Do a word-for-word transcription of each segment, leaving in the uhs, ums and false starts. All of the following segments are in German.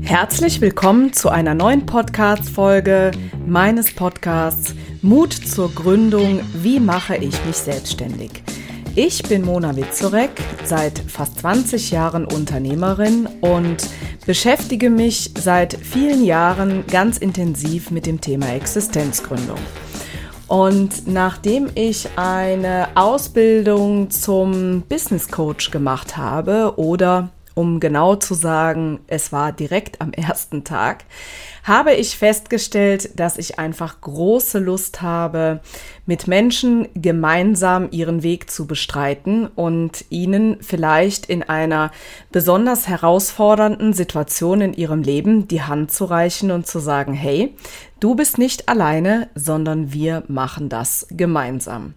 Herzlich willkommen zu einer neuen Podcast-Folge meines Podcasts Mut zur Gründung, wie mache ich mich selbstständig? Ich bin Mona Witzorek, seit fast zwanzig Jahren Unternehmerin und beschäftige mich seit vielen Jahren ganz intensiv mit dem Thema Existenzgründung. Und nachdem ich eine Ausbildung zum Business Coach gemacht habe, oder um genau zu sagen, es war direkt am ersten Tag, habe ich festgestellt, dass ich einfach große Lust habe, mit Menschen gemeinsam ihren Weg zu bestreiten und ihnen vielleicht in einer besonders herausfordernden Situation in ihrem Leben die Hand zu reichen und zu sagen, hey, du bist nicht alleine, sondern wir machen das gemeinsam.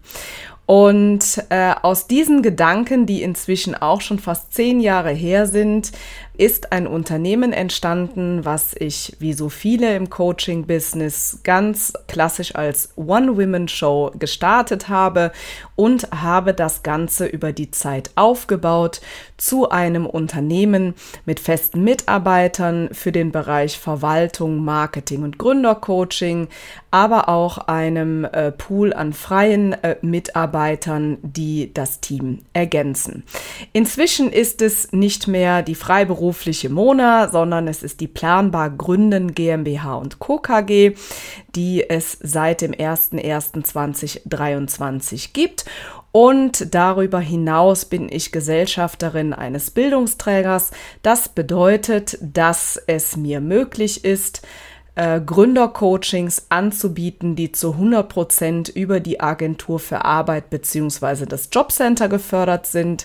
Und äh, aus diesen Gedanken, die inzwischen auch schon fast zehn Jahre her sind, ist ein Unternehmen entstanden, was ich, wie so viele im Coaching-Business, ganz klassisch als One-Women-Show gestartet habe und habe das Ganze über die Zeit aufgebaut zu einem Unternehmen mit festen Mitarbeitern für den Bereich Verwaltung, Marketing und Gründercoaching, aber auch einem äh, Pool an freien äh, Mitarbeitern, die das Team ergänzen. Inzwischen ist es nicht mehr die freiberufliche Mona, sondern es ist die Planbar Gründen GmbH und Co. KG, die es seit dem ersten ersten zweitausenddreiundzwanzig gibt. Und darüber hinaus bin ich Gesellschafterin eines Bildungsträgers. Das bedeutet, dass es mir möglich ist, Äh, Gründercoachings anzubieten, die zu hundert Prozent über die Agentur für Arbeit bzw. das Jobcenter gefördert sind.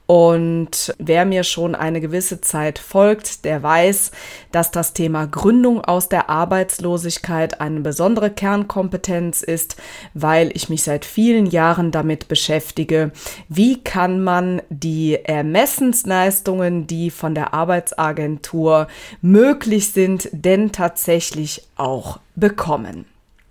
Und wer mir schon eine gewisse Zeit folgt, der weiß, dass das Thema Gründung aus der Arbeitslosigkeit eine besondere Kernkompetenz ist, weil ich mich seit vielen Jahren damit beschäftige, wie kann man die Ermessensleistungen, die von der Arbeitsagentur möglich sind, denn tatsächlich auch bekommen.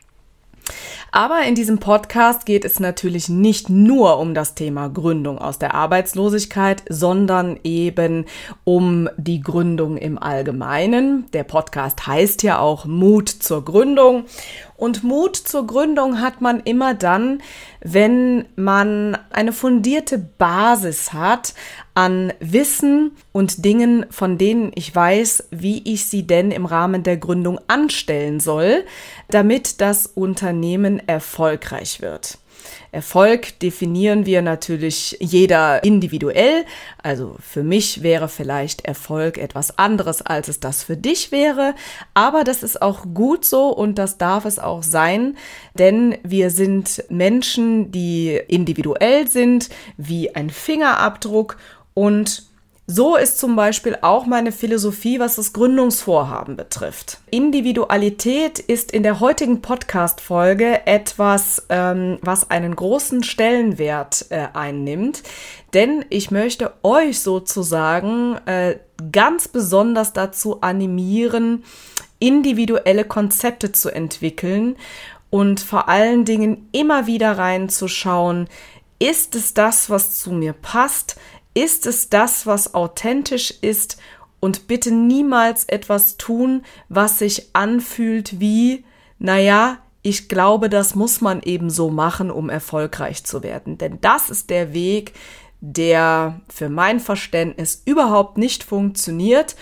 Aber in diesem Podcast geht es natürlich nicht nur um das Thema Gründung aus der Arbeitslosigkeit, sondern eben um die Gründung im Allgemeinen. Der Podcast heißt ja auch Mut zur Gründung. Und Mut zur Gründung hat man immer dann, wenn man eine fundierte Basis hat an Wissen und Dingen, von denen ich weiß, wie ich sie denn im Rahmen der Gründung anstellen soll, damit das Unternehmen erfolgreich wird. Erfolg definieren wir natürlich jeder individuell. Also für mich wäre vielleicht Erfolg etwas anderes, als es das für dich wäre. Aber das ist auch gut so und das darf es auch sein, denn wir sind Menschen, die individuell sind, wie ein Fingerabdruck. Und so ist zum Beispiel auch meine Philosophie, was das Gründungsvorhaben betrifft. Individualität ist in der heutigen Podcast-Folge etwas, ähm, was einen großen Stellenwert äh, einnimmt, denn ich möchte euch sozusagen äh, ganz besonders dazu animieren, individuelle Konzepte zu entwickeln und vor allen Dingen immer wieder reinzuschauen, ist es das, was zu mir passt? Ist es das, was authentisch ist, und bitte niemals etwas tun, was sich anfühlt wie, naja, ich glaube, das muss man eben so machen, um erfolgreich zu werden. Denn das ist der Weg, der für mein Verständnis überhaupt nicht funktioniert.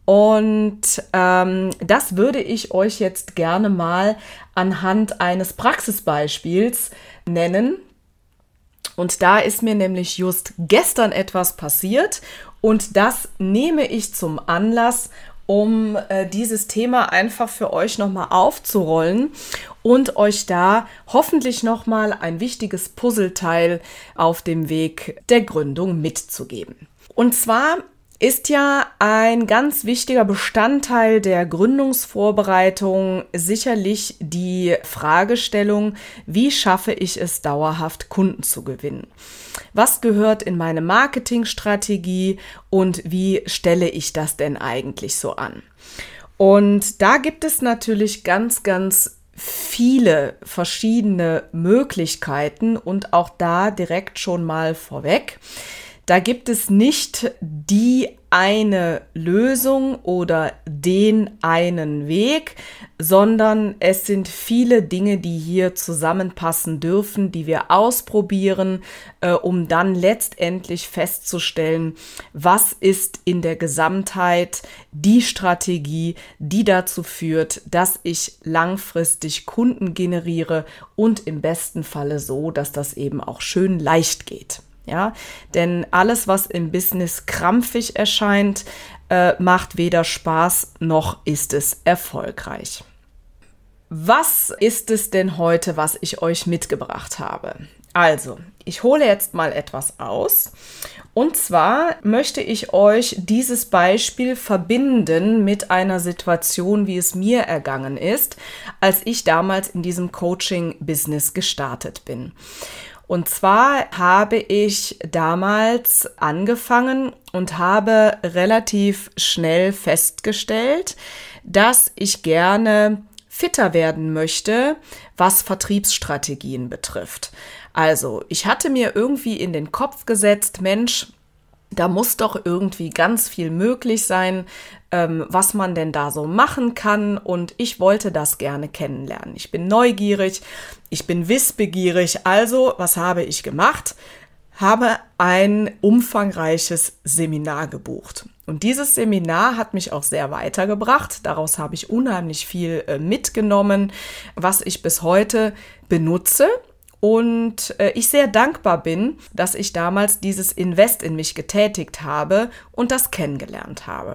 Und ähm, das würde ich euch jetzt gerne mal anhand eines Praxisbeispiels nennen. Und da ist mir nämlich just gestern etwas passiert und das nehme ich zum Anlass, um äh, dieses Thema einfach für euch nochmal aufzurollen und euch da hoffentlich nochmal ein wichtiges Puzzleteil auf dem Weg der Gründung mitzugeben. Und zwar ist ja ein ganz wichtiger Bestandteil der Gründungsvorbereitung sicherlich die Fragestellung, wie schaffe ich es dauerhaft, Kunden zu gewinnen? Was gehört in meine Marketingstrategie und wie stelle ich das denn eigentlich so an? Und da gibt es natürlich ganz, ganz viele verschiedene Möglichkeiten und auch da direkt schon mal vorweg. Da gibt es nicht die eine Lösung oder den einen Weg, sondern es sind viele Dinge, die hier zusammenpassen dürfen, die wir ausprobieren, äh, um dann letztendlich festzustellen, was ist in der Gesamtheit die Strategie, die dazu führt, dass ich langfristig Kunden generiere und im besten Falle so, dass das eben auch schön leicht geht. Ja, denn alles, was im Business krampfig erscheint, äh, macht weder Spaß noch ist es erfolgreich. Was ist es denn heute, was ich euch mitgebracht habe? Also, ich hole jetzt mal etwas aus. Und zwar möchte ich euch dieses Beispiel verbinden mit einer Situation, wie es mir ergangen ist, als ich damals in diesem Coaching-Business gestartet bin. Und zwar habe ich damals angefangen und habe relativ schnell festgestellt, dass ich gerne fitter werden möchte, was Vertriebsstrategien betrifft. Also, ich hatte mir irgendwie in den Kopf gesetzt, Mensch, da muss doch irgendwie ganz viel möglich sein, ähm, was man denn da so machen kann, und ich wollte das gerne kennenlernen. Ich bin neugierig, ich bin wissbegierig, also was habe ich gemacht? Habe ein umfangreiches Seminar gebucht. Und dieses Seminar hat mich auch sehr weitergebracht. Daraus habe ich unheimlich viel äh, mitgenommen, was ich bis heute benutze. Und äh, ich sehr dankbar bin, dass ich damals dieses Invest in mich getätigt habe und das kennengelernt habe.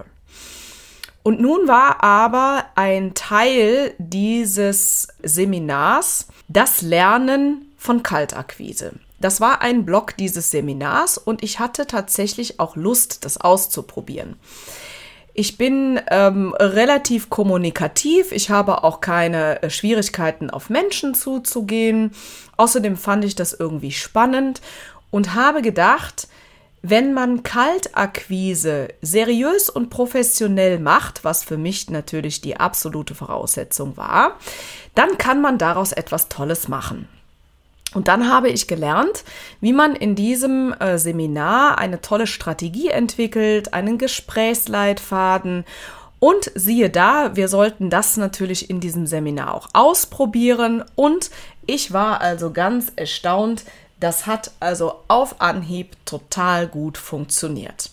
Und nun war aber ein Teil dieses Seminars das Lernen von Kaltakquise. Das war ein Block dieses Seminars und ich hatte tatsächlich auch Lust, das auszuprobieren. Ich bin ähm, relativ kommunikativ, ich habe auch keine äh, Schwierigkeiten, auf Menschen zuzugehen. Außerdem fand ich das irgendwie spannend und habe gedacht, wenn man Kaltakquise seriös und professionell macht, was für mich natürlich die absolute Voraussetzung war, dann kann man daraus etwas Tolles machen. Und dann habe ich gelernt, wie man in diesem äh, Seminar eine tolle Strategie entwickelt, einen Gesprächsleitfaden. Und siehe da, wir sollten das natürlich in diesem Seminar auch ausprobieren. Und ich war also ganz erstaunt, das hat also auf Anhieb total gut funktioniert.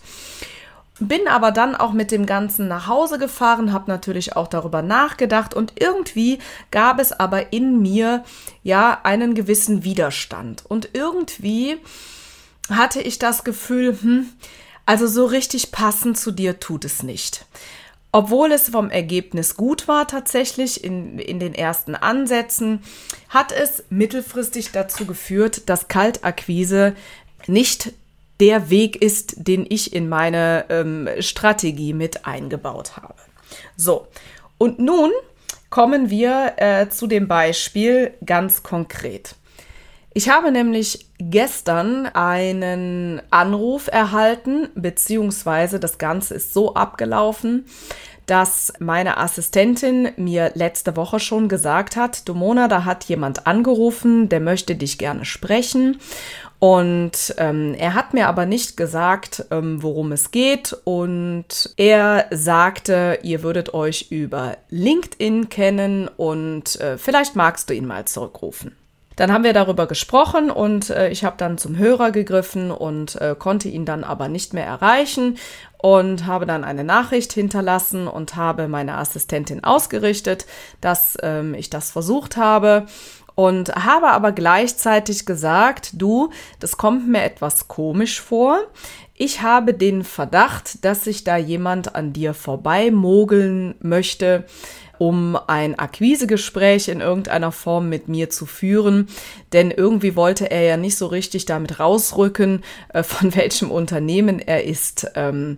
Bin aber dann auch mit dem Ganzen nach Hause gefahren, habe natürlich auch darüber nachgedacht und irgendwie gab es aber in mir ja einen gewissen Widerstand. Und irgendwie hatte ich das Gefühl, hm, also so richtig passend zu dir tut es nicht. Obwohl es vom Ergebnis gut war tatsächlich in, in den ersten Ansätzen, hat es mittelfristig dazu geführt, dass Kaltakquise nicht der Weg ist, den ich in meine ähm, Strategie mit eingebaut habe. So, und nun kommen wir äh, zu dem Beispiel ganz konkret. Ich habe nämlich gestern einen Anruf erhalten, beziehungsweise das Ganze ist so abgelaufen, dass meine Assistentin mir letzte Woche schon gesagt hat, du Mona, da hat jemand angerufen, der möchte dich gerne sprechen. Und ähm, er hat mir aber nicht gesagt, ähm, worum es geht. Und er sagte, ihr würdet euch über LinkedIn kennen und äh, vielleicht magst du ihn mal zurückrufen. Dann haben wir darüber gesprochen und äh, ich habe dann zum Hörer gegriffen und äh, konnte ihn dann aber nicht mehr erreichen und habe dann eine Nachricht hinterlassen und habe meine Assistentin ausgerichtet, dass ähm, ich das versucht habe. Und habe aber gleichzeitig gesagt, du, das kommt mir etwas komisch vor. Ich habe den Verdacht, dass sich da jemand an dir vorbei mogeln möchte, um ein Akquisegespräch in irgendeiner Form mit mir zu führen. Denn irgendwie wollte er ja nicht so richtig damit rausrücken, äh, von welchem Unternehmen er ist. Ähm,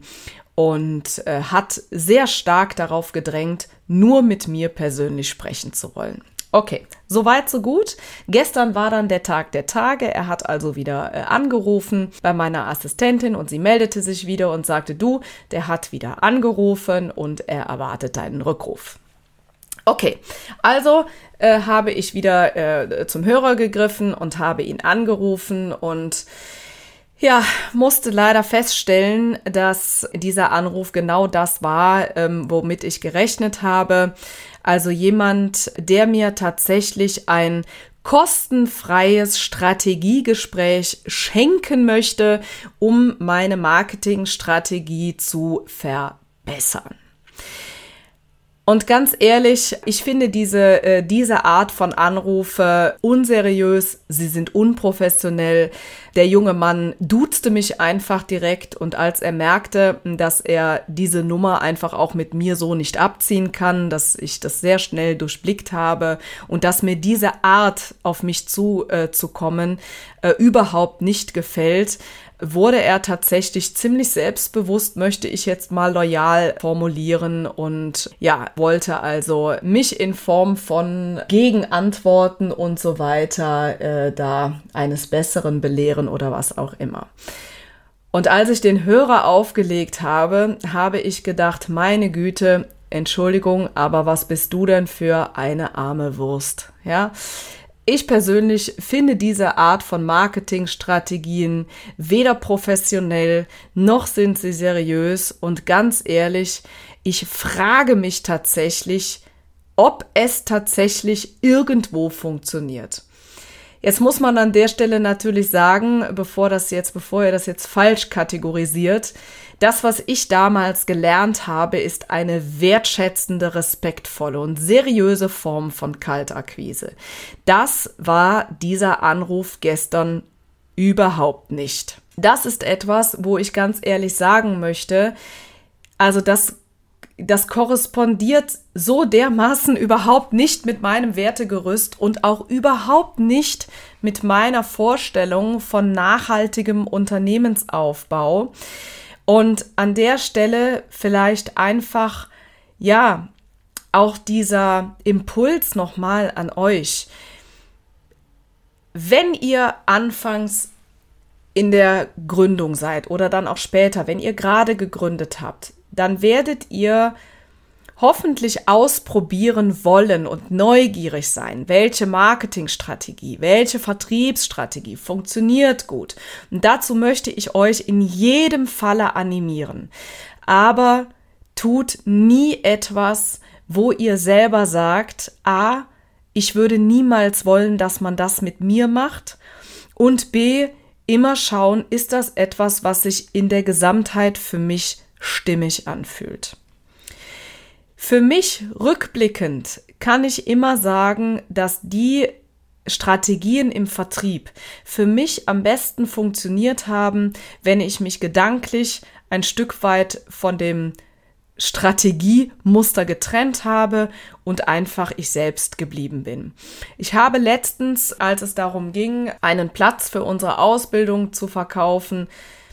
und äh, hat sehr stark darauf gedrängt, nur mit mir persönlich sprechen zu wollen. Okay, soweit so gut. Gestern war dann der Tag der Tage. Er hat also wieder äh, angerufen bei meiner Assistentin und sie meldete sich wieder und sagte, du, der hat wieder angerufen und er erwartet deinen Rückruf. Okay, also äh, habe ich wieder äh, zum Hörer gegriffen und habe ihn angerufen und Ja, musste leider feststellen, dass dieser Anruf genau das war, ähm, womit ich gerechnet habe. Also jemand, der mir tatsächlich ein kostenfreies Strategiegespräch schenken möchte, um meine Marketingstrategie zu verbessern. Und ganz ehrlich, ich finde diese, äh, diese Art von Anrufe unseriös, sie sind unprofessionell. Der junge Mann duzte mich einfach direkt und als er merkte, dass er diese Nummer einfach auch mit mir so nicht abziehen kann, dass ich das sehr schnell durchblickt habe und dass mir diese Art auf mich zu, äh, zu kommen äh, überhaupt nicht gefällt, wurde er tatsächlich ziemlich selbstbewusst, möchte ich jetzt mal loyal formulieren und ja, wollte also mich in Form von Gegenantworten und so weiter äh, da eines Besseren belehren oder was auch immer. Und als ich den Hörer aufgelegt habe, habe ich gedacht, meine Güte, Entschuldigung, aber was bist du denn für eine arme Wurst, ja? Ich persönlich finde diese Art von Marketingstrategien weder professionell, noch sind sie seriös und ganz ehrlich, ich frage mich tatsächlich, ob es tatsächlich irgendwo funktioniert. Jetzt muss man an der Stelle natürlich sagen, bevor das jetzt, bevor ihr das jetzt falsch kategorisiert, das, was ich damals gelernt habe, ist eine wertschätzende, respektvolle und seriöse Form von Kaltakquise. Das war dieser Anruf gestern überhaupt nicht. Das ist etwas, wo ich ganz ehrlich sagen möchte, also das Das korrespondiert so dermaßen überhaupt nicht mit meinem Wertegerüst und auch überhaupt nicht mit meiner Vorstellung von nachhaltigem Unternehmensaufbau. Und an der Stelle vielleicht einfach, ja, auch dieser Impuls nochmal an euch. Wenn ihr anfangs in der Gründung seid oder dann auch später, wenn ihr gerade gegründet habt, dann werdet ihr hoffentlich ausprobieren wollen und neugierig sein, welche Marketingstrategie, welche Vertriebsstrategie funktioniert gut. Und dazu möchte ich euch in jedem Falle animieren. Aber tut nie etwas, wo ihr selber sagt, a, ich würde niemals wollen, dass man das mit mir macht und b, immer schauen, ist das etwas, was sich in der Gesamtheit für mich stimmig anfühlt. Für mich rückblickend kann ich immer sagen, dass die Strategien im Vertrieb für mich am besten funktioniert haben, wenn ich mich gedanklich ein Stück weit von dem Strategiemuster getrennt habe und einfach ich selbst geblieben bin. Ich habe letztens, als es darum ging, einen Platz für unsere Ausbildung zu verkaufen,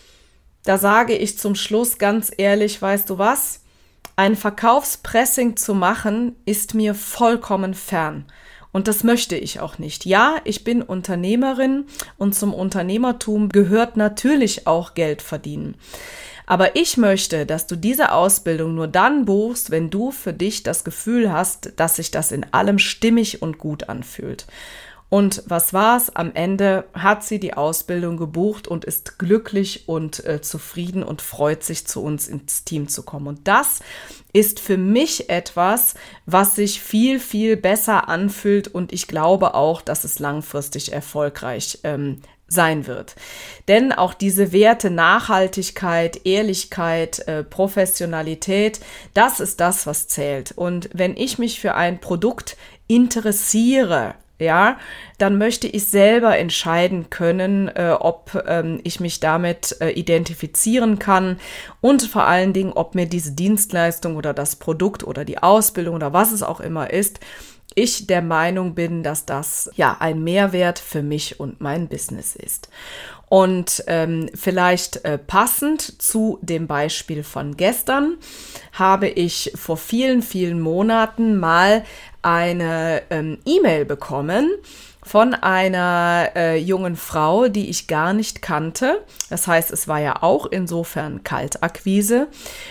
da sage ich zum Schluss ganz ehrlich, weißt du was? Ein Verkaufspressing zu machen, ist mir vollkommen fern. Und das möchte ich auch nicht. Ja, ich bin Unternehmerin und zum Unternehmertum gehört natürlich auch Geld verdienen. Aber ich möchte, dass du diese Ausbildung nur dann buchst, wenn du für dich das Gefühl hast, dass sich das in allem stimmig und gut anfühlt. Und was war's? Am Ende hat sie die Ausbildung gebucht und ist glücklich und äh, zufrieden und freut sich, zu uns ins Team zu kommen. Und das ist für mich etwas, was sich viel, viel besser anfühlt und ich glaube auch, dass es langfristig erfolgreich ähm, sein wird. Denn auch diese Werte Nachhaltigkeit, Ehrlichkeit, äh, Professionalität, das ist das, was zählt. Und wenn ich mich für ein Produkt interessiere, ja, dann möchte ich selber entscheiden können, äh, ob ähm, ich mich damit äh, identifizieren kann und vor allen Dingen, ob mir diese Dienstleistung oder das Produkt oder die Ausbildung oder was es auch immer ist, ich der Meinung bin, dass das ja ein Mehrwert für mich und mein Business ist. Und ähm, vielleicht äh, passend zu dem Beispiel von gestern habe ich vor vielen, vielen Monaten mal eine ähm, E-Mail bekommen von einer äh, jungen Frau, die ich gar nicht kannte. Das heißt, es war ja auch insofern Kaltakquise.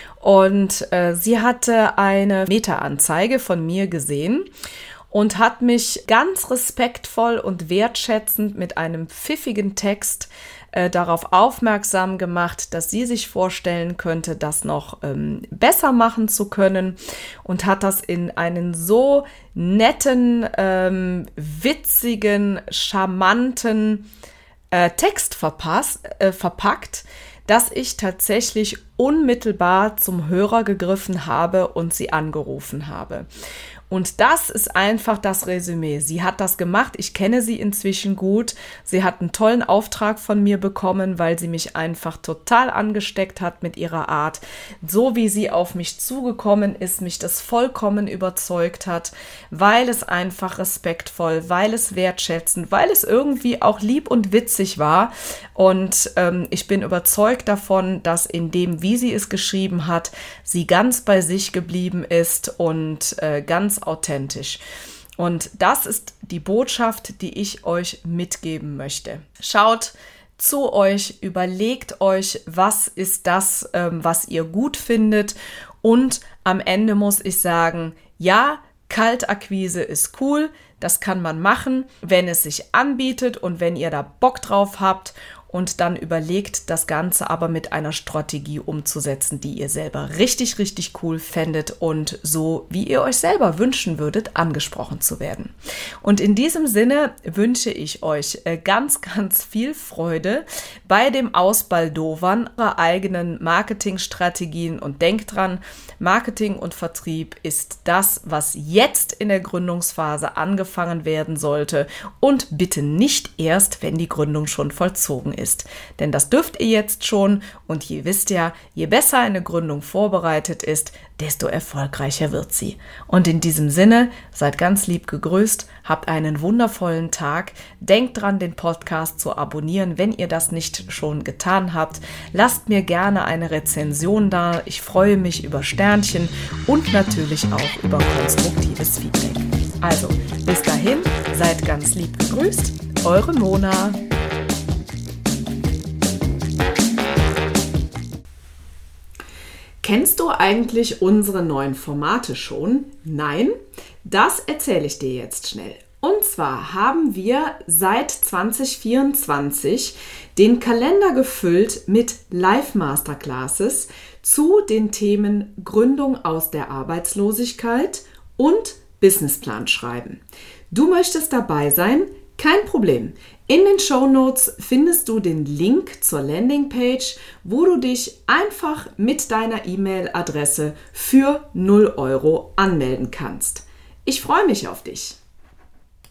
Und äh, sie hatte eine Meta-Anzeige von mir gesehen und hat mich ganz respektvoll und wertschätzend mit einem pfiffigen Text äh, darauf aufmerksam gemacht, dass sie sich vorstellen könnte, das noch ähm, besser machen zu können und hat das in einen so netten, ähm, witzigen, charmanten äh, Text verpasst, äh, verpackt, dass ich tatsächlich unmittelbar zum Hörer gegriffen habe und sie angerufen habe. Und das ist einfach das Resümee. Sie hat das gemacht. Ich kenne sie inzwischen gut. Sie hat einen tollen Auftrag von mir bekommen, weil sie mich einfach total angesteckt hat mit ihrer Art. So wie sie auf mich zugekommen ist, mich das vollkommen überzeugt hat, weil es einfach respektvoll, weil es wertschätzend, weil es irgendwie auch lieb und witzig war. Und ähm, ich bin überzeugt davon, dass in dem, wie sie es geschrieben hat, sie ganz bei sich geblieben ist und äh, ganz authentisch. Und das ist die Botschaft, die ich euch mitgeben möchte. Schaut zu euch, überlegt euch, was ist das, ähm, was ihr gut findet. Und am Ende muss ich sagen, ja, Kaltakquise ist cool, das kann man machen, wenn es sich anbietet und wenn ihr da Bock drauf habt. Und dann überlegt, das Ganze aber mit einer Strategie umzusetzen, die ihr selber richtig, richtig cool fändet und so, wie ihr euch selber wünschen würdet, angesprochen zu werden. Und in diesem Sinne wünsche ich euch ganz, ganz viel Freude bei dem Ausbaldowern eurer eigenen Marketingstrategien und denkt dran, Marketing und Vertrieb ist das, was jetzt in der Gründungsphase angefangen werden sollte und bitte nicht erst, wenn die Gründung schon vollzogen ist. Ist. Denn das dürft ihr jetzt schon und ihr wisst ja, je besser eine Gründung vorbereitet ist, desto erfolgreicher wird sie. Und in diesem Sinne, seid ganz lieb gegrüßt, habt einen wundervollen Tag, denkt dran, den Podcast zu abonnieren, wenn ihr das nicht schon getan habt. Lasst mir gerne eine Rezension da, ich freue mich über Sternchen und natürlich auch über konstruktives Feedback. Also, bis dahin, seid ganz lieb gegrüßt, eure Mona. Kennst du eigentlich unsere neuen Formate schon? Nein? Das erzähle ich dir jetzt schnell. Und zwar haben wir seit zwanzig vierundzwanzig den Kalender gefüllt mit Live-Masterclasses zu den Themen Gründung aus der Arbeitslosigkeit und Businessplan schreiben. Du möchtest dabei sein? Kein Problem. In den Shownotes findest du den Link zur Landingpage, wo du dich einfach mit deiner E-Mail-Adresse für null Euro anmelden kannst. Ich freue mich auf dich.